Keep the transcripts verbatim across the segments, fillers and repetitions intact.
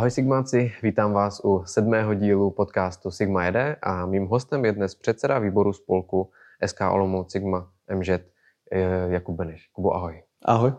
Ahoj Sigmáci, vítám vás u sedmého dílu podcastu Sigma jede a mým hostem je dnes předseda výboru spolku S K Olomouc Sigma M Ž Jakub Beneš. Kubo, ahoj. Ahoj.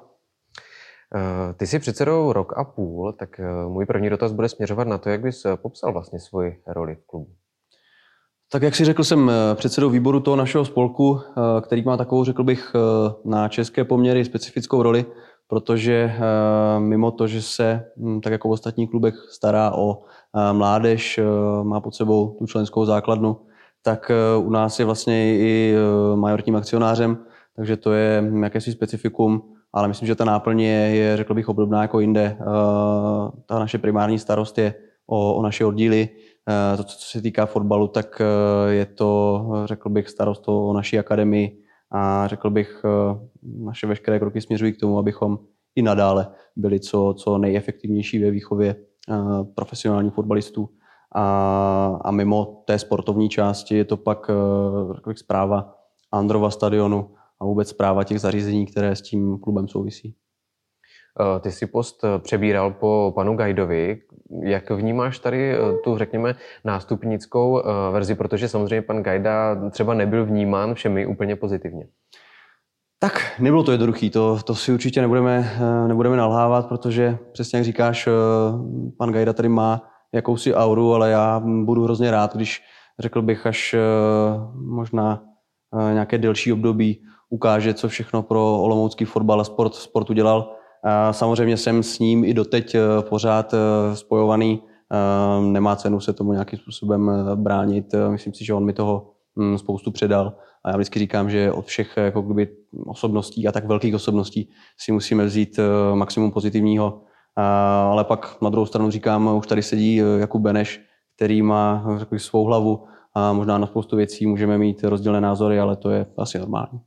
Ty jsi předsedou rok a půl, tak můj první dotaz bude směřovat na to, jak bys popsal vlastně svoji roli v klubu. Tak jak si řekl, jsem předsedou výboru toho našeho spolku, který má takovou, řekl bych, na české poměry specifickou roli, protože mimo to, že se, tak jako v ostatních klubech, stará o mládež, má pod sebou tu členskou základnu, tak u nás je vlastně i majoritním akcionářem, takže to je jakési specifikum, ale myslím, že ta náplň je, je řekl bych, obdobná jako jinde. Ta naše primární starost je o, o naše oddíly. To, co se týká fotbalu, tak je to, řekl bych, starost o naší akademii a řekl bych, naše veškeré kroky směřují k tomu, abychom i nadále byli co, co nejefektivnější ve výchově profesionálních fotbalistů. A, a mimo té sportovní části je to pak, řekl bych, správa Androva stadionu a vůbec správa těch zařízení, které s tím klubem souvisí. Ty jsi post přebíral po panu Gajdovi. Jak vnímáš tady tu, řekněme, nástupnickou verzi, protože samozřejmě pan Gajda třeba nebyl vnímán všemi úplně pozitivně? Tak nebylo to jednoduché, to, to si určitě nebudeme, nebudeme nalhávat, protože přesně jak říkáš, pan Gajda tady má jakousi auru, ale já budu hrozně rád, když, řekl bych, až možná nějaké delší období ukáže, co všechno pro olomoucký fotbal a sport, sport udělal. Samozřejmě jsem s ním i doteď pořád spojovaný, nemá cenu se tomu nějakým způsobem bránit. Myslím si, že on mi toho spoustu předal a já vždycky říkám, že od všech jako kdyby osobností a tak velkých osobností si musíme vzít maximum pozitivního. Ale pak na druhou stranu říkám, už tady sedí Jakub Beneš, který má řekl, svou hlavu a možná na spoustu věcí můžeme mít rozdílné názory, ale to je asi normální.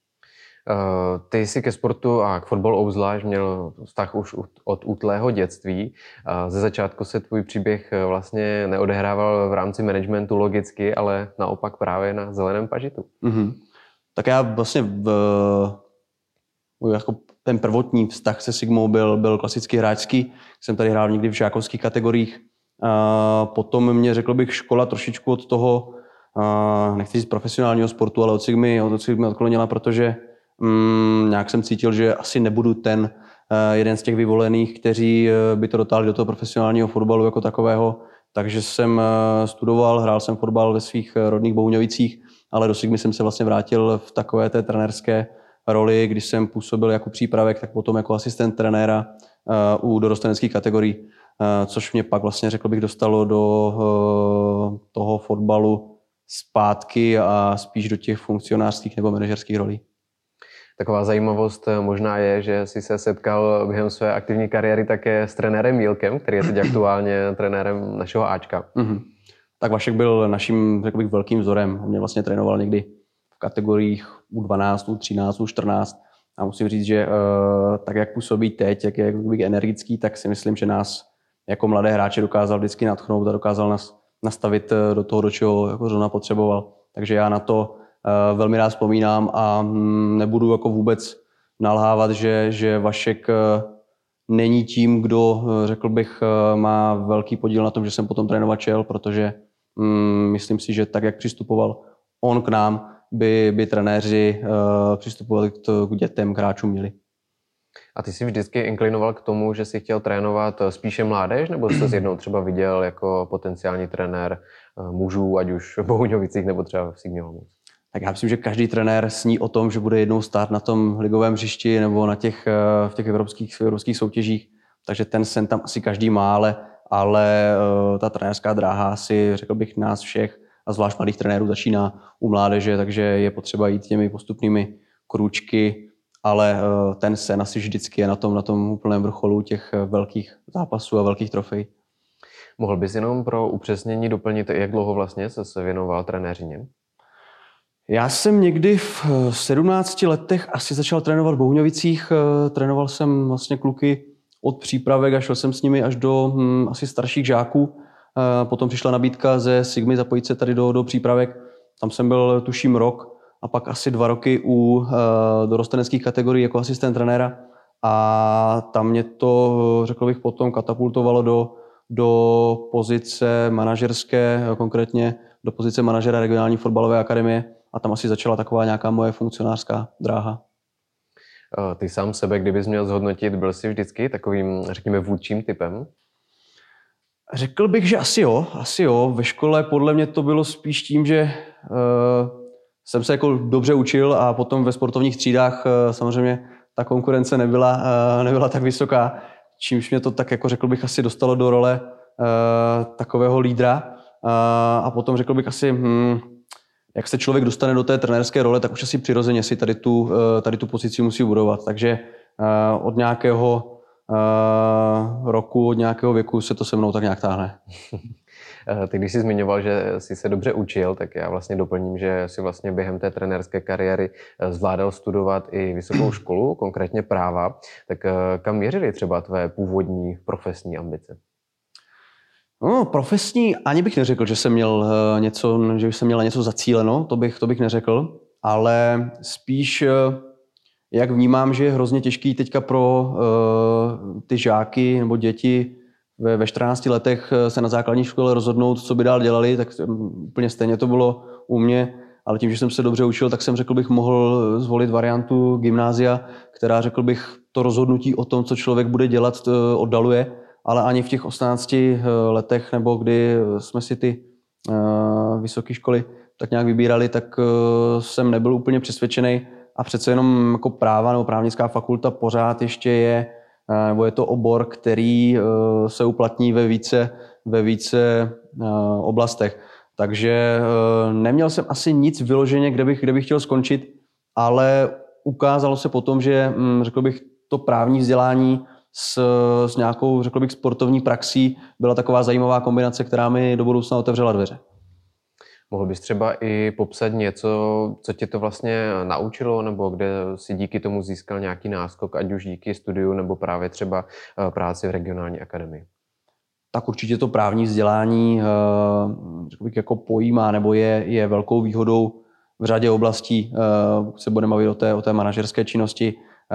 Ty jsi ke sportu a k fotbalu obzvlášť měl vztah už od útlého dětství. Ze začátku se tvůj příběh vlastně neodehrával v rámci managementu logicky, ale naopak právě na zeleném pažitu. Mm-hmm. Tak já vlastně v, jako ten prvotní vztah se Sigmou byl, byl klasicky hráčský. Jsem tady hrál někdy v žákovských kategoriích. A potom mě, řekl bych, škola trošičku od toho, nechci říct profesionálního sportu, ale od Sigmy, od Sigmy odklonila, protože Mm, nějak jsem cítil, že asi nebudu ten uh, jeden z těch vyvolených, kteří uh, by to dotáhli do toho profesionálního fotbalu jako takového. Takže jsem uh, studoval, hrál jsem fotbal ve svých uh, rodných Bohuňovicích, ale do Sigmy jsem se vlastně vrátil v takové té trenérské roli, když jsem působil jako přípravek, tak potom jako asistent trenéra uh, u dorosteneckých kategorií, uh, což mě pak vlastně, řekl bych, dostalo do uh, toho fotbalu zpátky a spíš do těch funkcionářských nebo manažerských rolí. Taková zajímavost možná je, že jsi se setkal během své aktivní kariéry také s trenérem Jílkem, který je teď aktuálně trenérem našeho Ačka. Mm-hmm. Tak Vašek byl naším, řekl bych, velkým vzorem. On mě vlastně trénoval někdy v kategoriích U dvanáct, U třináct, U čtrnáct. A musím říct, že uh, tak, jak působí teď, jak je jak bych energický, tak si myslím, že nás jako mladé hráče dokázal vždycky nadchnout a dokázal nás nastavit do toho, do čeho jako zrovna potřeboval. Takže já na to velmi rád vzpomínám a nebudu jako vůbec nalhávat, že, že Vašek není tím, kdo, řekl bych, má velký podíl na tom, že jsem potom trénovat šel, protože um, myslím si, že tak, jak přistupoval on k nám, by, by trenéři uh, přistupovali k, to, k dětem, k hráčům měli. A ty jsi vždycky inklinoval k tomu, že jsi chtěl trénovat spíše mládež, nebo jsi jednou třeba viděl jako potenciální trenér mužů, ať už v Bohuňovicích nebo třeba v Sigmě Olomouc? Tak já myslím, že každý trenér sní o tom, že bude jednou stát na tom ligovém hřišti nebo na těch, v těch evropských, v evropských soutěžích. Takže ten sen tam asi každý má, ale, ale ta trenérská dráha asi, řekl bych, nás všech a zvlášť mladých trenérů začíná u mládeže, takže je potřeba jít těmi postupnými krůčky, ale ten sen asi vždycky je na tom, na tom úplném vrcholu těch velkých zápasů a velkých trofejí. Mohl bys jenom pro upřesnění doplnit, jak dlouho vlastně se věnoval trenéřině? Já jsem někdy v sedmnácti letech asi začal trénovat v Bohuňovicích. Trénoval jsem vlastně kluky od přípravek a šel jsem s nimi až do hm, asi starších žáků. Potom přišla nabídka ze Sigmy zapojit se tady do, do přípravek. Tam jsem byl tuším rok a pak asi dva roky u dorosteneckých kategorií jako asistent trenéra. A tam mě to, řekl bych, potom katapultovalo do, do pozice manažerské, konkrétně do pozice manažera regionální fotbalové akademie a tam asi začala taková nějaká moje funkcionářská dráha. Ty sám sebe, kdybys měl zhodnotit, byl jsi vždycky takovým, řekněme, vůdčím typem? Řekl bych, že asi jo, asi jo. Ve škole podle mě to bylo spíš tím, že uh, jsem se jako dobře učil a potom ve sportovních třídách uh, samozřejmě ta konkurence nebyla, uh, nebyla tak vysoká, čímž mě to tak jako řekl bych asi dostalo do role uh, takového lídra uh, a potom řekl bych asi, hm, jak se člověk dostane do té trenérské role, tak už asi přirozeně si tady tu, uh, tady tu pozici musí budovat. Takže uh, od nějakého Uh, roku, od nějakého věku se to se mnou tak nějak táhne. Ty, když jsi zmiňoval, že jsi se dobře učil, tak já vlastně doplním, že jsi vlastně během té trenérské kariéry zvládal studovat i vysokou školu, konkrétně práva. Tak kam měřily třeba tvé původní profesní ambice? No, profesní ani bych neřekl, že jsem měl něco, že jsem měl něco zacíleno, to bych, to bych neřekl, ale spíš jak vnímám, že je hrozně těžký teďka pro uh, ty žáky nebo děti ve, ve čtrnácti letech se na základní škole rozhodnout, co by dál dělali, tak úplně stejně to bylo u mě, ale tím, že jsem se dobře učil, tak jsem řekl bych mohl zvolit variantu gymnázia, která řekl bych to rozhodnutí o tom, co člověk bude dělat, oddaluje, ale ani v těch osmnácti letech, nebo kdy jsme si ty uh, vysoké školy tak nějak vybírali, tak uh, jsem nebyl úplně přesvědčený. A přece jenom jako práva nebo právnická fakulta pořád ještě je, nebo je to obor, který se uplatní ve více, ve více oblastech. Takže neměl jsem asi nic vyloženě, kde bych, kde bych chtěl skončit, ale ukázalo se potom, že řekl bych, to právní vzdělání s, s nějakou, řekl bych, sportovní praxí byla taková zajímavá kombinace, která mi do budoucna otevřela dveře. Mohl bys třeba i popsat něco, co tě to vlastně naučilo, nebo kde si díky tomu získal nějaký náskok, ať už díky studiu, nebo právě třeba práci v regionální akademii? Tak určitě to právní vzdělání řekl bych, jako pojímá, nebo je, je velkou výhodou v řadě oblastí, pokud se budeme bavit o té, o té manažerské činnosti.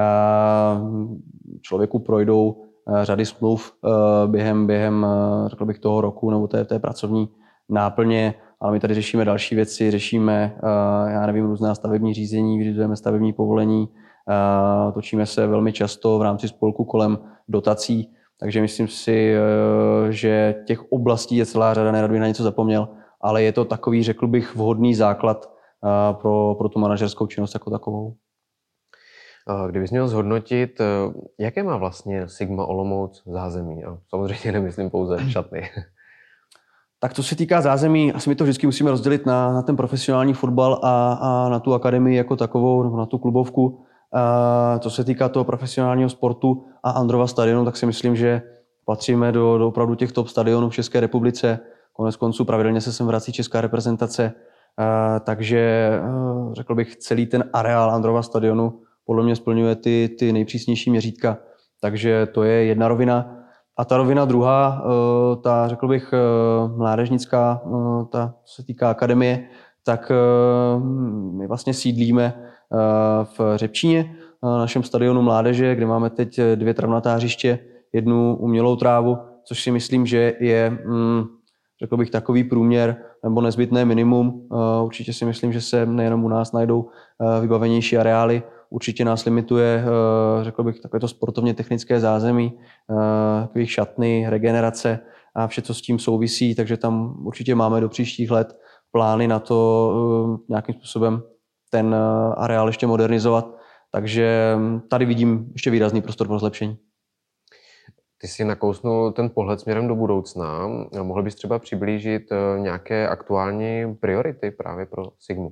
Člověku projdou řady smluv během, během řekl bych, toho roku nebo té, té pracovní náplně, ale my tady řešíme další věci, řešíme, já nevím, různá stavební řízení, vyřizujeme stavební povolení, točíme se velmi často v rámci spolku kolem dotací, takže myslím si, že těch oblastí je celá řada, nerad bych na něco zapomněl, ale je to takový, řekl bych, vhodný základ pro, pro tu manažerskou činnost jako takovou. Kdybys měl zhodnotit, jaké má vlastně Sigma Olomouc zázemí? A samozřejmě nemyslím pouze šatny. Tak co se týká zázemí, asi my to vždycky musíme rozdělit na, na ten profesionální fotbal a, a na tu akademii jako takovou, nebo na tu klubovku. A co se týká toho profesionálního sportu a Androva stadionu, tak si myslím, že patříme do, do opravdu těch top stadionů v České republice. Konec konců pravidelně se sem vrací česká reprezentace, a, takže a, řekl bych, celý ten areál Androva stadionu podle mě splňuje ty, ty nejpřísnější měřítka. Takže to je jedna rovina. A ta rovina druhá, ta, řekl bych, mládežnická, ta, co se týká akademie, tak my vlastně sídlíme v Řepčíně, na našem stadionu mládeže, kde máme teď dvě travnatá hřiště, jednu umělou trávu, což si myslím, že je, řekl bych, takový průměr nebo nezbytné minimum. Určitě si myslím, že se nejenom u nás najdou vybavenější areály. Určitě nás limituje, řekl bych, takové to sportovně technické zázemí, takových šatny, regenerace a vše, co s tím souvisí, takže tam určitě máme do příštích let plány na to nějakým způsobem ten areál ještě modernizovat, takže tady vidím ještě výrazný prostor pro zlepšení. Ty jsi nakousnul ten pohled směrem do budoucna. Mohl bys třeba přiblížit nějaké aktuální priority právě pro Sigmu?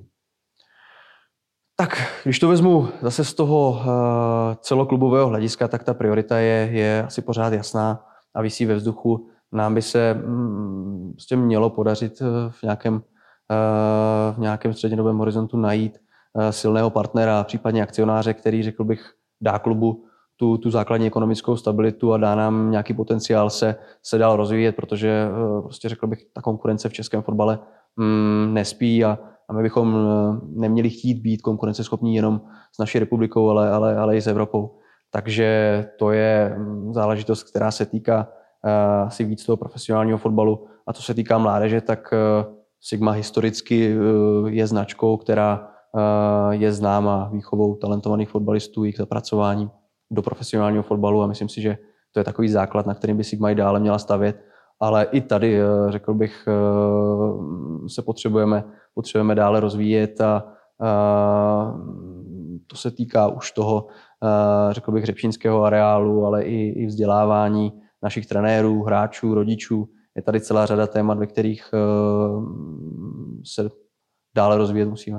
Tak, když to vezmu zase z toho uh, celoklubového hlediska, tak ta priorita je, je asi pořád jasná a visí ve vzduchu. Nám by se mm, prostě mělo podařit v nějakém, uh, v nějakém střednědobém horizontu najít uh, silného partnera, případně akcionáře, který, řekl bych, dá klubu tu, tu základní ekonomickou stabilitu a dá nám nějaký potenciál se, se dál rozvíjet, protože uh, prostě, řekl bych, ta konkurence v českém fotbale mm, nespí a A my bychom neměli chtít být konkurenceschopní jenom s naší republikou, ale, ale, ale i s Evropou. Takže to je záležitost, která se týká asi víc toho profesionálního fotbalu. A co se týká mládeže, tak Sigma historicky je značkou, která je známa výchovou talentovaných fotbalistů, jejich zapracováním do profesionálního fotbalu a myslím si, že to je takový základ, na kterým by Sigma i dále měla stavět. Ale i tady, řekl bych, se potřebujeme, potřebujeme dále rozvíjet a to se týká už toho, řekl bych, řepšínského areálu, ale i, i vzdělávání našich trenérů, hráčů, rodičů. Je tady celá řada témat, ve kterých se dále rozvíjet musíme.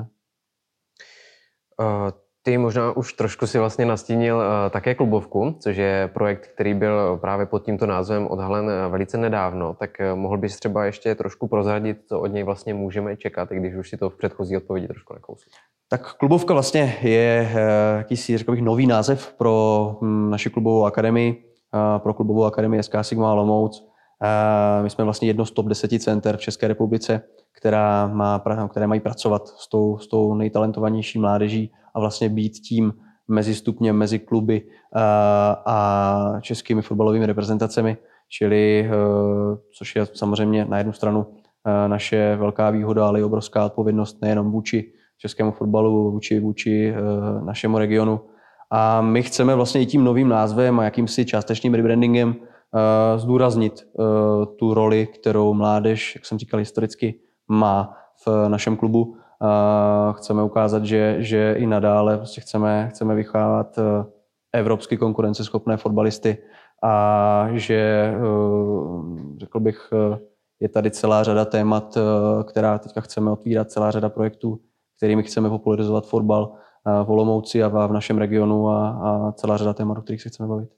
Uh, ty možná už trošku si vlastně nastínil uh, také klubovku, což je projekt, který byl právě pod tímto názvem odhalen velice nedávno. Tak uh, mohl bys třeba ještě trošku prozradit, co od něj vlastně můžeme čekat, i když už si to v předchozí odpovědi trošku nakousl. Tak klubovka vlastně je uh, jakýsi, řekl bych, nový název pro um, naši klubovou akademii, uh, pro klubovou akademii S K Sigma Olomouc. My jsme vlastně jedno z top deseti center v České republice, která má, které mají pracovat s tou, s tou nejtalentovanější mládeží a vlastně být tím mezi stupněm, mezi kluby a, a českými fotbalovými reprezentacemi, čili což je samozřejmě na jednu stranu naše velká výhoda, ale i obrovská odpovědnost nejenom vůči českému fotbalu, vůči, vůči našemu regionu. A my chceme vlastně i tím novým názvem a jakýmsi částečným rebrandingem zdůraznit tu roli, kterou mládež, jak jsem říkal, historicky má v našem klubu. Chceme ukázat, že, že i nadále prostě chceme, chceme vychovávat evropsky konkurenceschopné fotbalisty a že, řekl bych, je tady celá řada témat, která teďka chceme otvírat, celá řada projektů, kterými chceme popularizovat fotbal v Olomouci a v našem regionu a, a celá řada témat, o kterých se chceme bavit.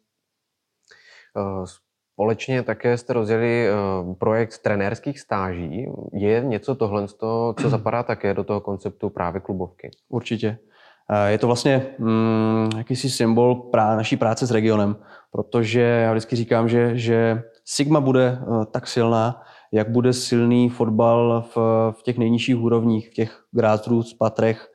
Společně také jste rozjeli projekt trenérských stáží. Je něco tohle, co zapadá také do toho konceptu právě klubovky? Určitě. Je to vlastně mm, jakýsi symbol prá, naší práce s regionem, protože já vždycky říkám, že, že Sigma bude tak silná, jak bude silný fotbal v, v těch nejnižších úrovních, v těch grassroots patrech,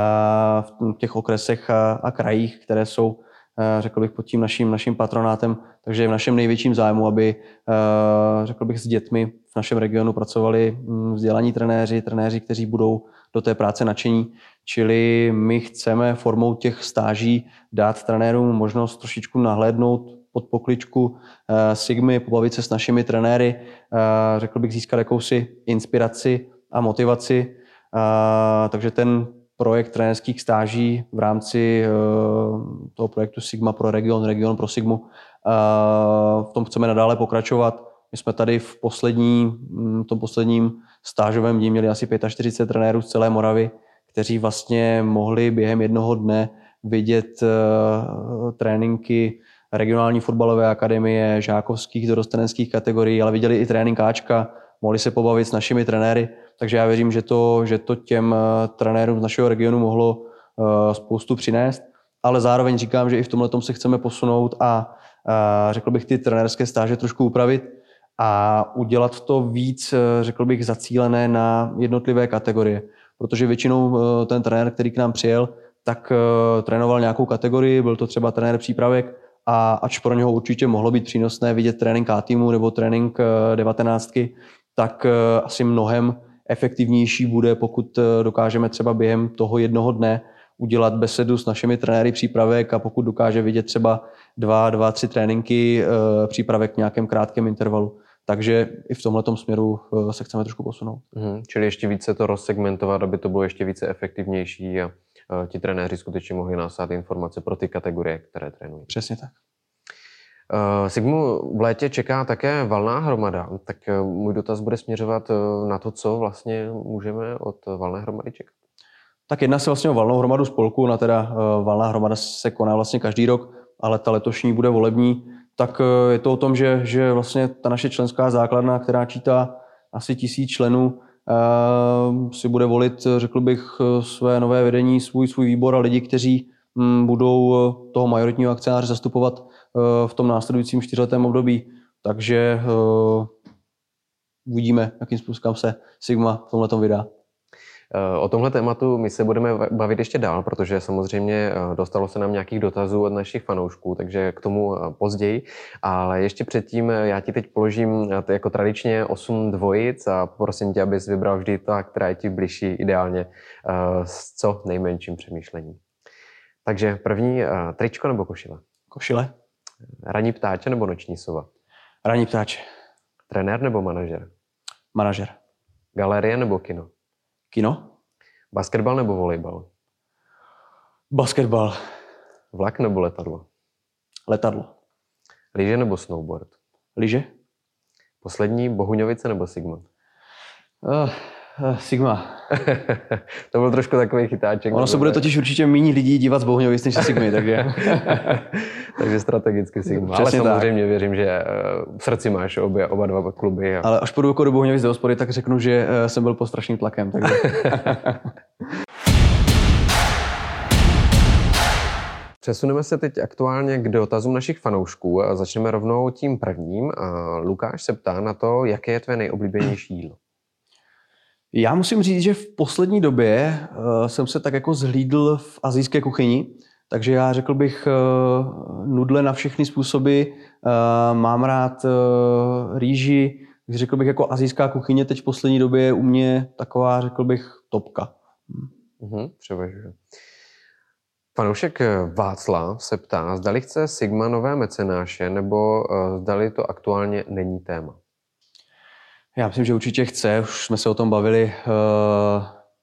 v těch okresech a, a krajích, které jsou, řekl bych, pod tím naším, naším patronátem. Takže je v našem největším zájmu, aby, řekl bych, s dětmi v našem regionu pracovali vzdělaní trenéři, trenéři, kteří budou do té práce nadšení. Čili my chceme formou těch stáží dát trenérům možnost trošičku nahlédnout pod pokličku Sigmy, pobavit se s našimi trenéry, řekl bych, získat jakousi inspiraci a motivaci. Takže ten projekt trenérských stáží v rámci toho projektu Sigma pro region, region pro Sigmu, v tom chceme nadále pokračovat. My jsme tady v poslední, v tom posledním stážovém dní měli asi čtyřicet pět trenérů z celé Moravy, kteří vlastně mohli během jednoho dne vidět tréninky regionální fotbalové akademie, žákovských, dorosteneckých kategorií, ale viděli i trénink Ačka, mohli se pobavit s našimi trenéry. Takže já věřím, že to, že to těm trenérům z našeho regionu mohlo spoustu přinést, ale zároveň říkám, že i v tomhletom se chceme posunout a, a řekl bych, ty trenérské stáže trošku upravit a udělat to víc, řekl bych, zacílené na jednotlivé kategorie. Protože většinou ten trenér, který k nám přijel, tak trénoval nějakou kategorii, byl to třeba trenér přípravek a ač pro něho určitě mohlo být přínosné vidět trénink A týmu nebo trénink devatenáctky, tak asi mnohem efektivnější bude, pokud dokážeme třeba během toho jednoho dne udělat besedu s našimi trenéry přípravek a pokud dokáže vidět třeba dva, dva, tři tréninky přípravek v nějakém krátkém intervalu. Takže i v tomhletom směru se chceme trošku posunout. Hmm, čili ještě více to rozsegmentovat, aby to bylo ještě více efektivnější a ti trenéři skutečně mohli nasát informace pro ty kategorie, které trénují. Přesně tak. Sigmu v létě čeká také valná hromada, tak můj dotaz bude směřovat na to, co vlastně můžeme od valné hromady čekat. Tak jedná se vlastně o valnou hromadu spolku, ona teda valná hromada se koná vlastně každý rok, ale ta letošní bude volební. Tak je to o tom, že, že vlastně ta naše členská základna, která čítá asi tisíc členů, si bude volit, řekl bych, své nové vedení, svůj, svůj výbor a lidi, kteří budou toho majoritního akcionáře zastupovat v tom následujícím čtyřletém období. Takže uvidíme, jakým způsobem se Sigma v tomhletom vydá. O tomhle tématu my se budeme bavit ještě dál, protože samozřejmě dostalo se nám nějakých dotazů od našich fanoušků, takže k tomu později. Ale ještě předtím já ti teď položím jako tradičně osm dvojic a prosím tě, abys vybral vždy ta, která je ti bližší, ideálně s co nejmenším přemýšlením. Takže první, tričko nebo košile? Košile. Ranní ptáče nebo noční sova? Ranní ptáče. Trenér nebo manažer? Manažer. Galerie nebo kino? Kino. Basketbal nebo volejbal? Basketbal. Vlak nebo letadlo? Letadlo. Lyže nebo snowboard? Lyže. Poslední, Bohuňovice nebo Sigma? Uh, uh, Sigma. To byl trošku takový chytáček. Ono se bude totiž určitě méně lidí dívat z Bohuňovic než z Sigmy, takže... takže strategicky Sigma. Přesně. Ale samozřejmě tak. Věřím, že v srdci máš obě, oba dva kluby. A... Ale až půjdu jako do Bohuňovic do hospody, tak řeknu, že jsem byl pod strašným tlakem. Takže... Přesuneme se teď aktuálně k dotazům našich fanoušků a začneme rovnou tím prvním. A Lukáš se ptá na to, jaké je tvé nejoblíbenější jídlo. Já musím říct, že v poslední době uh, jsem se tak jako zhlídl v asijské kuchyni, takže já řekl bych uh, nudle na všechny způsoby, uh, mám rád uh, rýži, řekl bych jako asijská kuchyně teď v poslední době je u mě taková, řekl bych, topka. Mhm, převažuje. Fanoušek Václav se ptá, zdali chce Sigma nové mecenáše, nebo uh, zdali to aktuálně není téma. Já myslím, že určitě chce, už jsme se o tom bavili. Uh,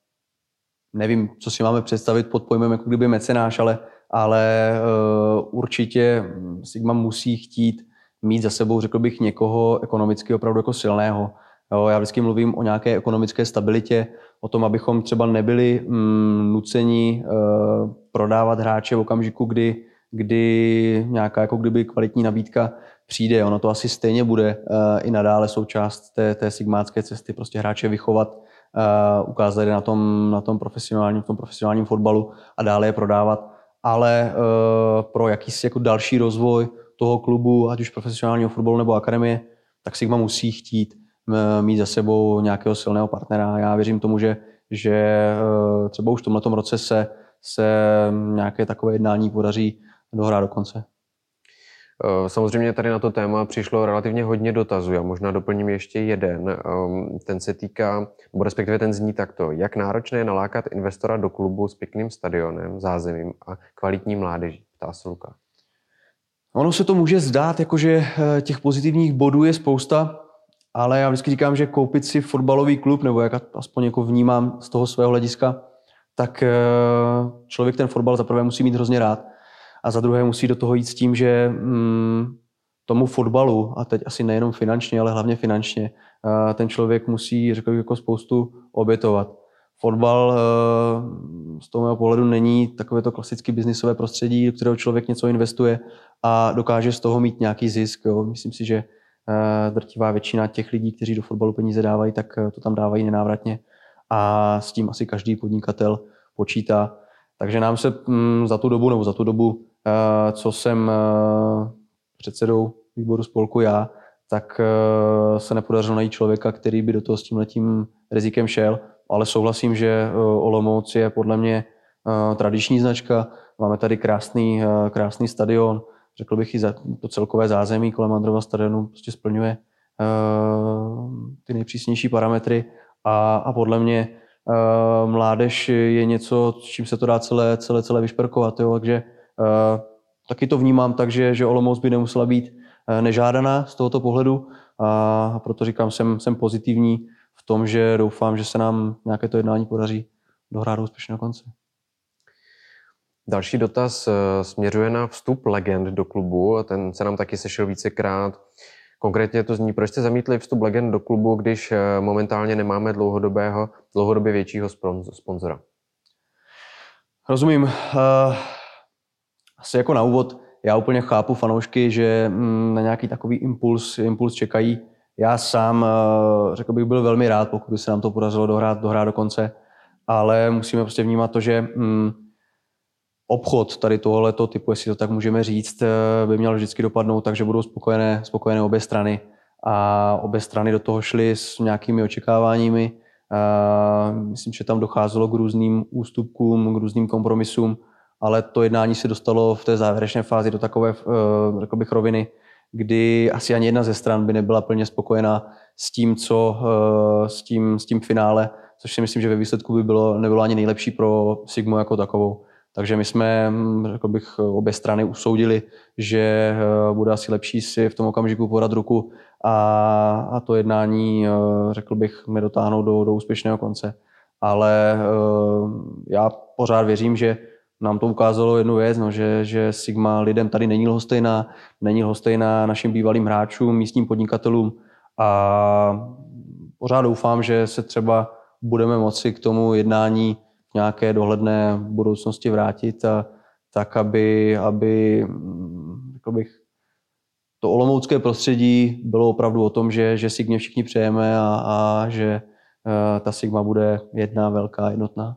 nevím, co si máme představit pod pojmem jako kdyby mecenáš, ale, ale uh, určitě Sigma musí chtít mít za sebou, řekl bych, někoho ekonomicky opravdu jako silného. Jo, já vždycky mluvím o nějaké ekonomické stabilitě, o tom, abychom třeba nebyli mm, nuceni uh, prodávat hráče v okamžiku, kdy, kdy nějaká jako kdyby kvalitní nabídka přijde. Ono to asi stejně bude uh, i nadále součást té, té sigmácké cesty, prostě hráče vychovat, uh, ukázat je na tom, na tom profesionálním, v tom profesionálním fotbalu a dále je prodávat. Ale uh, pro jakýsi jako další rozvoj toho klubu, ať už profesionálního fotbalu nebo akademie, tak Sigma musí chtít mít za sebou nějakého silného partnera. Já věřím tomu, že, že třeba už v tomhletom roce se, se nějaké takové jednání podaří dohrát do konce. Samozřejmě tady na to téma přišlo relativně hodně dotazů. Já možná doplním ještě jeden. Ten se týká, nebo respektive ten zní takto. Jak náročné je nalákat investora do klubu s pěkným stadionem, zázemím a kvalitní mládeží? Ptá se Lukáš. Ono se to může zdát, jakože těch pozitivních bodů je spousta, ale já vždycky říkám, že koupit si fotbalový klub, nebo jak aspoň jako vnímám z toho svého hlediska, tak člověk ten fotbal za prvé musí mít hrozně rád a za druhé musí do toho jít s tím, že mm, tomu fotbalu, a teď asi nejenom finančně, ale hlavně finančně, ten člověk musí, řekl bych, jako spoustu obětovat. Fotbal z toho mého pohledu není takové to klasické biznisové prostředí, do kterého člověk něco investuje a dokáže z toho mít nějaký zisk. Jo. Myslím si, že drtivá většina těch lidí, kteří do fotbalu peníze dávají, tak to tam dávají nenávratně a s tím asi každý podnikatel počítá. Takže nám se za tu dobu, nebo za tu dobu, co jsem předsedou výboru spolku já, tak se nepodařilo najít člověka, který by do toho s tímhletím rizikem šel, ale souhlasím, že Olomouc je podle mě tradiční značka. Máme tady krásný, krásný stadion. Řekl bych i za to celkové zázemí kolem Androva stadionu prostě splňuje uh, ty nejpřísnější parametry a, a podle mě uh, mládež je něco, s čím se to dá celé, celé, celé vyšperkovat. Jo? Takže uh, taky to vnímám tak, že, že Olomouc by nemusela být uh, nežádaná z tohoto pohledu a, a proto říkám, jsem, jsem pozitivní v tom, že doufám, že se nám nějaké to jednání podaří dohrát do úspěšného konce. Další dotaz směřuje na vstup legend do klubu. Ten se nám taky sešel vícekrát. Konkrétně to zní, proč jste zamítli vstup legend do klubu, když momentálně nemáme dlouhodobého, dlouhodobě většího sponzora? Rozumím. Uh, asi jako na úvod, já úplně chápu fanoušky, že mm, na nějaký takový impuls, impuls čekají. Já sám, uh, řekl bych, byl velmi rád, pokud by se nám to podařilo dohrát, dohrát do konce, ale musíme prostě vnímat to, že mm, obchod tady tohoto typu, jestli to tak můžeme říct, by měl vždycky dopadnout tak, že budou spokojené, spokojené obě strany a obě strany do toho šly s nějakými očekáváními Myslím, že tam docházelo k různým ústupkům, k různým kompromisům, ale to jednání se dostalo v té závěrečné fázi do takové, řekl bych, roviny, kdy asi ani jedna ze stran by nebyla plně spokojená s tím, co, s tím, s tím finále, což si myslím, že ve výsledku by bylo, nebylo ani nejlepší pro Sigmu jako takovou. Takže my jsme, řekl bych, obě strany usoudili, že bude asi lepší si v tom okamžiku podat ruku a, a to jednání, řekl bych, mi dotáhnout do, do úspěšného konce. Ale já pořád věřím, že nám to ukázalo jednu věc, no, že, že Sigma lidem tady není lhostejná, není lhostejná našim bývalým hráčům, místním podnikatelům a pořád doufám, že se třeba budeme moci k tomu jednání v nějaké dohledné budoucnosti vrátit a tak, aby, aby řekl bych, to olomoucké prostředí bylo opravdu o tom, že, že Sigmě všichni přejeme a, a že uh, ta Sigma bude jedna velká, jednotná.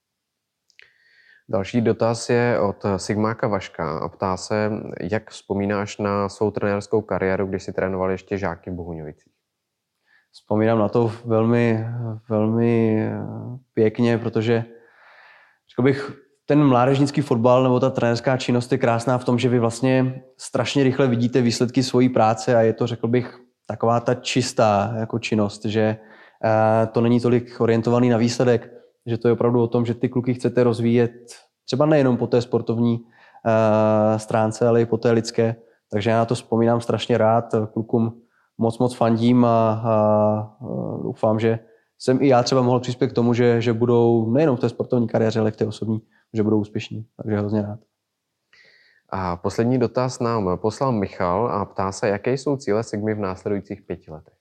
Další dotaz je od Sigmáka Vaška a ptá se, jak vzpomínáš na svou trenérskou kariéru, když si trénoval ještě žáky v Bohuňovicích? Vzpomínám na to velmi, velmi pěkně, protože řekl bych, ten mládežnický fotbal nebo ta trenérská činnost je krásná v tom, že vy vlastně strašně rychle vidíte výsledky svojí práce a je to, řekl bych, taková ta čistá jako činnost, že to není tolik orientovaný na výsledek, že to je opravdu o tom, že ty kluky chcete rozvíjet třeba nejenom po té sportovní stránce, ale i po té lidské. Takže já na to vzpomínám strašně rád, klukům moc moc fandím a, a doufám, že jsem i já třeba mohl přispět k tomu, že, že budou nejenom v té sportovní kariéře, ale i v té osobní, že budou úspěšní. Takže hrozně rád. A poslední dotaz nám poslal Michal a ptá se, jaké jsou cíle Sigmy v následujících pěti letech.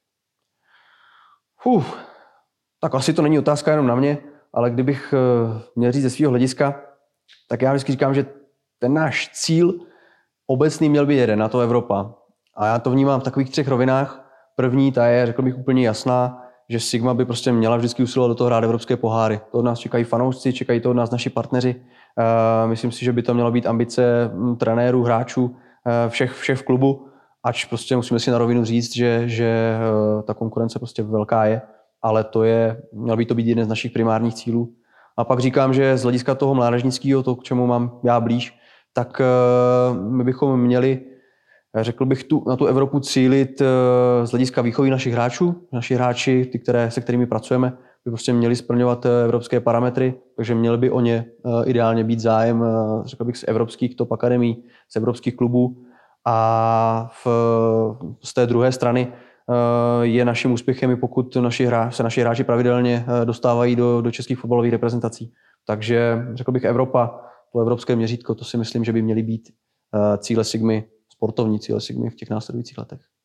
Uf, tak asi to není otázka jenom na mě, ale kdybych měl říct ze svého hlediska, tak já vždycky říkám, že ten náš cíl obecný měl být jeden, a to Evropa. A já to vnímám v takových třech rovinách. První, ta je, řekl bych, úplně jasná, že Sigma by prostě měla vždycky usilovat do toho hrát evropské poháry. To od nás čekají fanoušci, čekají to od nás naši partneři. Myslím si, že by to měla být ambice trenérů, hráčů, všech, všech v klubu, ač prostě musíme si na rovinu říct, že, že ta konkurence prostě velká je, ale to je, měl by to být jeden z našich primárních cílů. A pak říkám, že z hlediska toho mládežnického, to, k čemu mám já blíž, tak my bychom měli, řekl bych, tu, na tu Evropu cílit z hlediska výchovy našich hráčů. Naši hráči, ty, které, se kterými pracujeme, by prostě měli splňovat evropské parametry, takže měli by o ně ideálně být zájem, řekl bych, z evropských top akademií, z evropských klubů. A v, z té druhé strany je naším úspěchem i pokud naši hráči, se naši hráči pravidelně dostávají do, do českých fotbalových reprezentací. Takže řekl bych Evropa, to evropské měřítko, to si myslím, že by měly být cíle Sigmy, sportovní cíle Sigmy v těch následujících letech.